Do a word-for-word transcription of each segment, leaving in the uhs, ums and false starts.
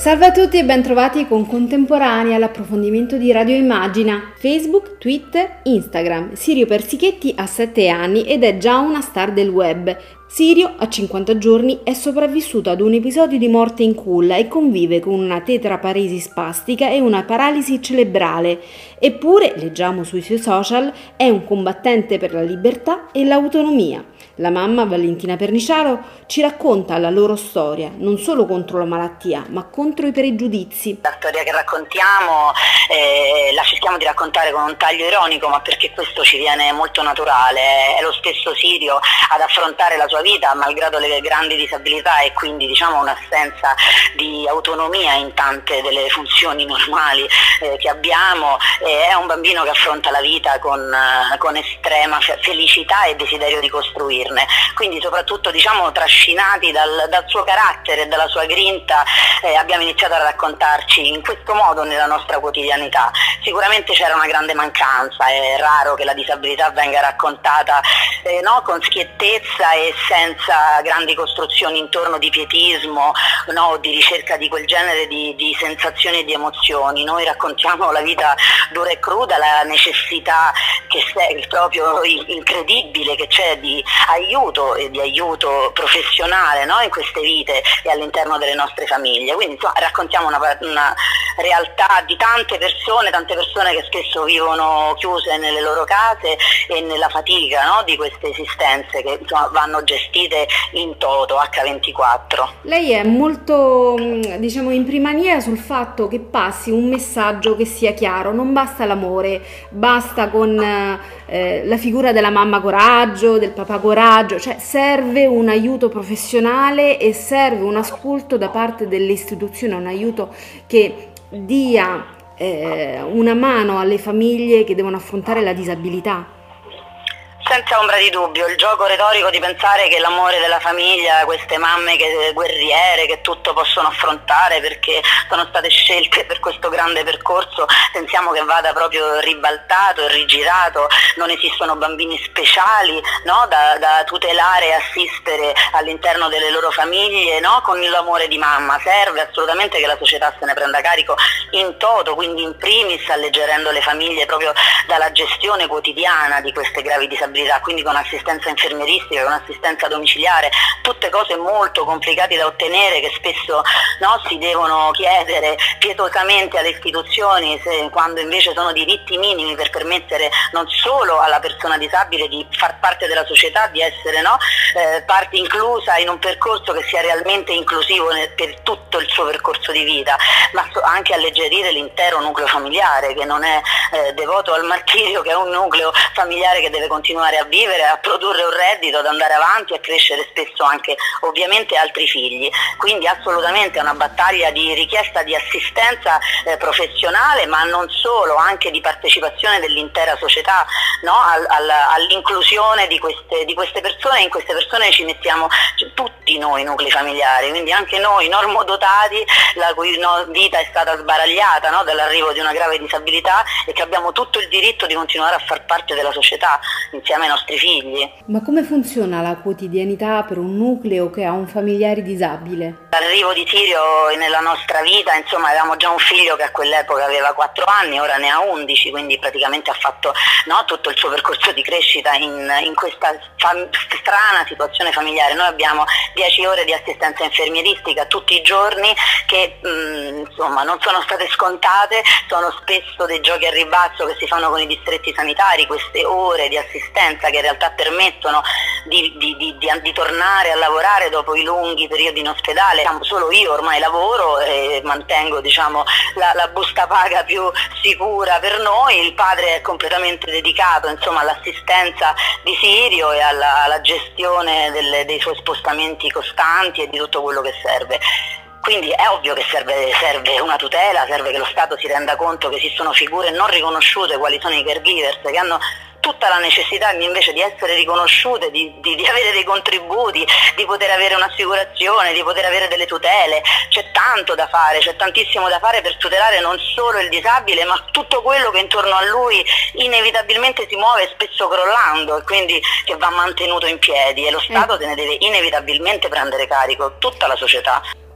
Salve a tutti e bentrovati con Contemporanea, l'approfondimento di Radio Immagina. Facebook, Twitter, Instagram. Sirio Persichetti ha sette anni ed è già una star del web. Sirio, a cinquanta giorni, è sopravvissuto ad un episodio di morte in culla e convive con una tetraparesi spastica e una paralisi cerebrale. Eppure, leggiamo sui suoi social, è un combattente per la libertà e l'autonomia. La mamma, Valentina Perniciaro, ci racconta la loro storia, non solo contro la malattia, ma contro i pregiudizi. La storia che raccontiamo eh, la cerchiamo di raccontare con un taglio ironico, ma perché questo ci viene molto naturale. È lo stesso Sirio ad affrontare la sua vita malgrado le grandi disabilità e quindi diciamo un'assenza di autonomia in tante delle funzioni normali eh, che abbiamo. Eh, è un bambino che affronta la vita con, eh, con estrema felicità e desiderio di costruirne. Quindi soprattutto diciamo trascinati dal, dal suo carattere e dalla sua grinta eh, abbiamo iniziato a raccontarci in questo modo nella nostra quotidianità. Sicuramente c'era una grande mancanza, è raro che la disabilità venga raccontata eh, no, con schiettezza e senza grandi costruzioni intorno di pietismo, no, di ricerca di quel genere di, di sensazioni e di emozioni. Noi raccontiamo la vita dura e cruda, la necessità che è proprio incredibile che c'è di aiuto e di aiuto professionale, no, in queste vite e all'interno delle nostre famiglie. Quindi insomma, raccontiamo una, una realtà di tante persone, tante persone che spesso vivono chiuse nelle loro case e nella fatica, no, di queste esistenze che insomma, vanno gestite in toto acca ventiquattro. Lei è molto diciamo in prima linea sul fatto che passi un messaggio che sia chiaro, non basta l'amore, basta con eh, la figura della mamma coraggio, del papà coraggio, cioè serve un aiuto professionale e serve un ascolto da parte delle istituzioni, un aiuto che dia eh, una mano alle famiglie che devono affrontare la disabilità. Senza ombra di dubbio, il gioco retorico di pensare che l'amore della famiglia, queste mamme che, guerriere che tutto possono affrontare perché sono state scelte per questo grande percorso, pensiamo che vada proprio ribaltato e rigirato. Non esistono bambini speciali, no, da, da tutelare e assistere all'interno delle loro famiglie, no, con l'amore di mamma. Serve assolutamente che la società se ne prenda carico in toto, quindi in primis alleggerendo le famiglie proprio dalla gestione quotidiana di queste gravi disabilità, quindi con assistenza infermieristica, con assistenza domiciliare, tutte cose molto complicate da ottenere che spesso no, si devono chiedere pietosamente alle istituzioni, se, quando invece sono diritti minimi per permettere non solo alla persona disabile di far parte della società, di essere no, eh, parte inclusa in un percorso che sia realmente inclusivo nel, per tutto il suo percorso di vita, ma so, anche alleggerire l'intero nucleo familiare che non è eh, devoto al martirio, che è un nucleo familiare che deve continuare a vivere, a produrre un reddito, ad andare avanti, a crescere spesso anche ovviamente altri figli. Quindi assolutamente è una battaglia di richiesta di assistenza eh, professionale, ma non solo, anche di partecipazione dell'intera società, no? All, all, all'inclusione di queste, di queste persone. In queste persone ci mettiamo cioè, tutti noi nuclei familiari, quindi anche noi normodotati, la cui no, vita è stata sbaragliata no? dall'arrivo di una grave disabilità e che abbiamo tutto il diritto di continuare a far parte della società insieme ai nostri figli. Ma come funziona la quotidianità per un nucleo che ha un familiare disabile? L'arrivo di Sirio nella nostra vita, insomma, avevamo già un figlio che a quell'epoca aveva quattro anni, ora ne ha undici, quindi praticamente ha fatto no, tutto il suo percorso di crescita in, in questa fam- strana situazione familiare. Noi abbiamo dieci ore di assistenza infermieristica tutti i giorni che mh, insomma non sono state scontate, sono spesso dei giochi a ribasso che si fanno con i distretti sanitari, queste ore di assistenza che in realtà permettono di, di, di, di, di tornare a lavorare dopo i lunghi periodi in ospedale. Solo io ormai lavoro e mantengo diciamo, la, la busta paga più sicura per noi, il padre è completamente dedicato insomma, all'assistenza di Sirio e alla, alla gestione delle, dei suoi spostamenti costanti e di tutto quello che serve. Quindi è ovvio che serve, serve una tutela, serve che lo Stato si renda conto che esistono figure non riconosciute quali sono i caregivers, che hanno tutta la necessità invece di essere riconosciute, di, di, di avere dei contributi, di poter avere un'assicurazione, di poter avere delle tutele. C'è tanto da fare, c'è tantissimo da fare per tutelare non solo il disabile, ma tutto quello che intorno a lui inevitabilmente si muove, spesso crollando, e quindi che va mantenuto in piedi, e lo Stato se ne deve inevitabilmente prendere carico, tutta la società.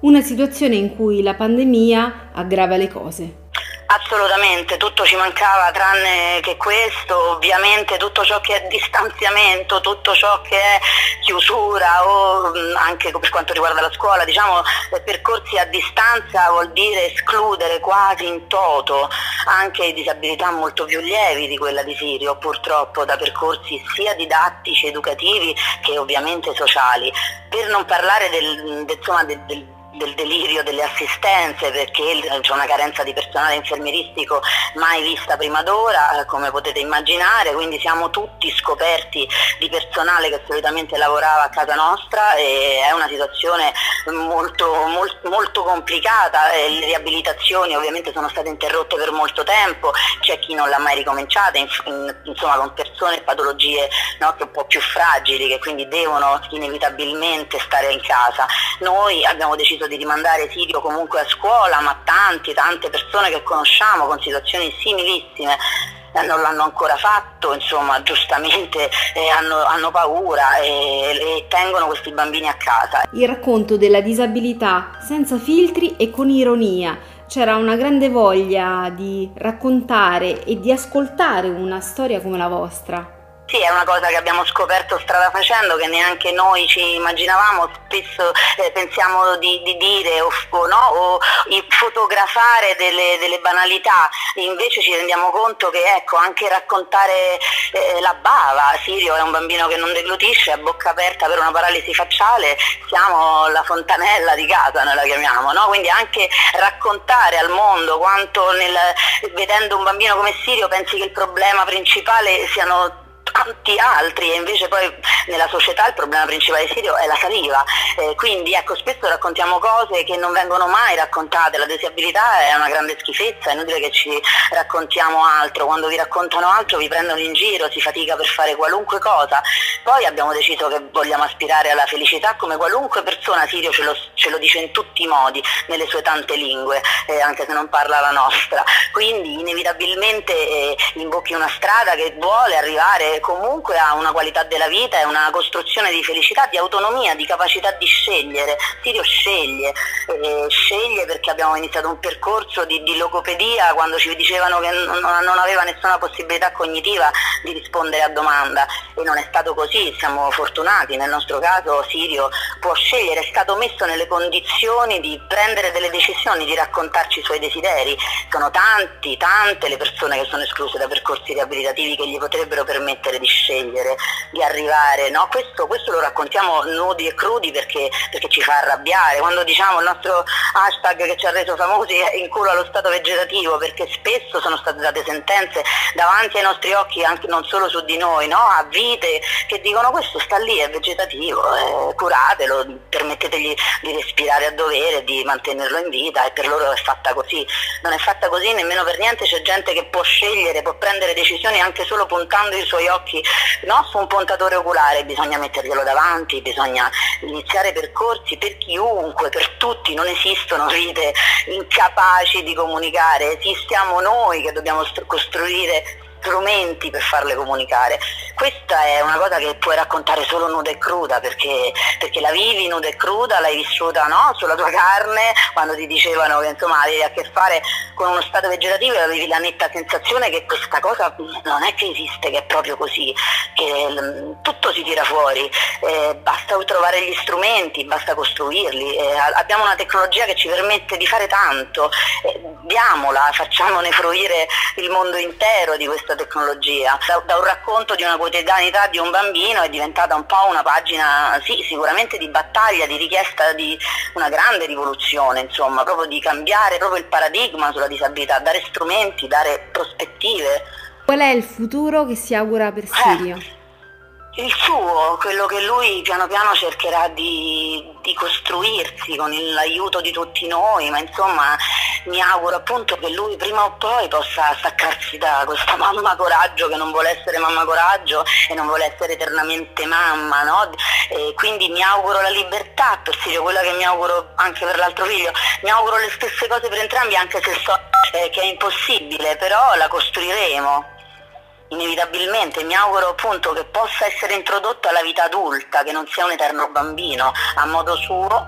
una situazione in cui la pandemia aggrava le cose. Assolutamente, tutto ci mancava tranne che questo, ovviamente tutto ciò che è distanziamento, tutto ciò che è chiusura o anche per quanto riguarda la scuola, diciamo percorsi a distanza vuol dire escludere quasi in toto anche disabilità molto più lievi di quella di Sirio, purtroppo, da percorsi sia didattici, educativi che ovviamente sociali, per non parlare del, del, insomma, del, del del delirio delle assistenze, perché c'è una carenza di personale infermieristico mai vista prima d'ora, come potete immaginare, quindi siamo tutti scoperti di personale che solitamente lavorava a casa nostra e è una situazione molto, molto, molto complicata. Le riabilitazioni ovviamente sono state interrotte per molto tempo, c'è chi non l'ha mai ricominciata, insomma con persone e patologie, no, un po' più fragili, che quindi devono inevitabilmente stare in casa. Noi abbiamo deciso di rimandare Sirio comunque a scuola, ma tanti, tante persone che conosciamo con situazioni similissime non l'hanno ancora fatto, insomma giustamente eh, hanno, hanno paura e, e tengono questi bambini a casa. Il racconto della disabilità senza filtri e con ironia. C'era una grande voglia di raccontare e di ascoltare una storia come la vostra. Sì, è una cosa che abbiamo scoperto strada facendo, che neanche noi ci immaginavamo. Spesso eh, pensiamo di, di dire o, o, no, o fotografare delle, delle banalità, invece ci rendiamo conto che ecco, anche raccontare eh, la bava, Sirio è un bambino che non deglutisce, a bocca aperta per una paralisi facciale, siamo la fontanella di casa, noi la chiamiamo, no? Quindi anche raccontare al mondo quanto nel, vedendo un bambino come Sirio pensi che il problema principale siano tanti altri e invece poi nella società il problema principale di Sirio è la saliva, eh, quindi ecco, spesso raccontiamo cose che non vengono mai raccontate. La disabilità è una grande schifezza, è inutile che ci raccontiamo altro, quando vi raccontano altro vi prendono in giro, si fatica per fare qualunque cosa. Poi abbiamo deciso che vogliamo aspirare alla felicità come qualunque persona. Sirio ce lo, ce lo dice in tutti i modi, nelle sue tante lingue, eh, anche se non parla la nostra, quindi inevitabilmente eh, imbocchi una strada che vuole arrivare comunque a una qualità della vita e una costruzione di felicità, di autonomia, di capacità di scegliere. Sirio sceglie, eh, sceglie perché abbiamo iniziato un percorso di, di logopedia quando ci dicevano che non, non aveva nessuna possibilità cognitiva di rispondere a domanda, e non è stato così, siamo fortunati. Nel nostro caso Sirio può scegliere, è stato messo nelle condizioni di prendere delle decisioni, di raccontarci i suoi desideri. Sono tanti, tante le persone che sono escluse da percorsi riabilitativi che gli potrebbero permettere di scegliere, di arrivare, no? Questo, questo lo raccontiamo nudi e crudi perché, perché ci fa arrabbiare. Quando diciamo il nostro hashtag che ci ha reso famosi è in culo allo stato vegetativo, perché spesso sono state date sentenze davanti ai nostri occhi, anche non solo su di noi, no? A vite che dicono questo sta lì, è vegetativo, eh, curatelo, permettetegli di respirare a dovere, di mantenerlo in vita, e per loro è fatta così. Non è fatta così nemmeno per niente, c'è gente che può scegliere, può prendere decisioni anche solo puntando i suoi occhi, no, su un puntatore oculare. Bisogna metterglielo davanti, bisogna iniziare percorsi per chiunque, per tutti. Non esistono vite incapaci di comunicare, esistiamo noi che dobbiamo costruire strumenti per farle comunicare. Questa è una cosa che puoi raccontare solo nuda e cruda, perché, perché la vivi nuda e cruda, l'hai vissuta, no? Sulla tua carne, quando ti dicevano che insomma avevi a che fare con uno stato vegetativo, avevi la netta sensazione che questa cosa non è che esiste, che è proprio così, che l- tutto si tira fuori, eh, basta trovare gli strumenti, basta costruirli, eh, abbiamo una tecnologia che ci permette di fare tanto, eh, diamola, facciamone fruire il mondo intero di questa tecnologia. Da, da un racconto di una quotidianità di un bambino è diventata un po' una pagina, sì, sicuramente di battaglia, di richiesta di una grande rivoluzione, insomma, proprio di cambiare proprio il paradigma sulla disabilità, dare strumenti, dare prospettive. Qual è il futuro che si augura per Sirio? Eh. Il suo, quello che lui piano piano cercherà di, di costruirsi con l'aiuto di tutti noi, ma insomma mi auguro appunto che lui prima o poi possa staccarsi da questa mamma coraggio che non vuole essere mamma coraggio e non vuole essere eternamente mamma, no? E quindi mi auguro la libertà per Sirio, quella che mi auguro anche per l'altro figlio. Mi auguro le stesse cose per entrambi, anche se so eh, che è impossibile, però la costruiremo. Inevitabilmente mi auguro appunto che possa essere introdotto alla vita adulta, che non sia un eterno bambino, a modo suo,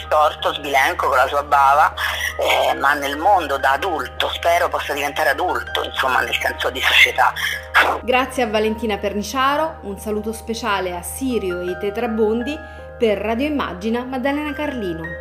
distorto, sbilenco con la sua bava, eh, ma nel mondo da adulto, spero possa diventare adulto, insomma, nel senso di società. Grazie a Valentina Perniciaro, un saluto speciale a Sirio e i Tetrabondi. Per Radio Immagina, Maddalena Carlino.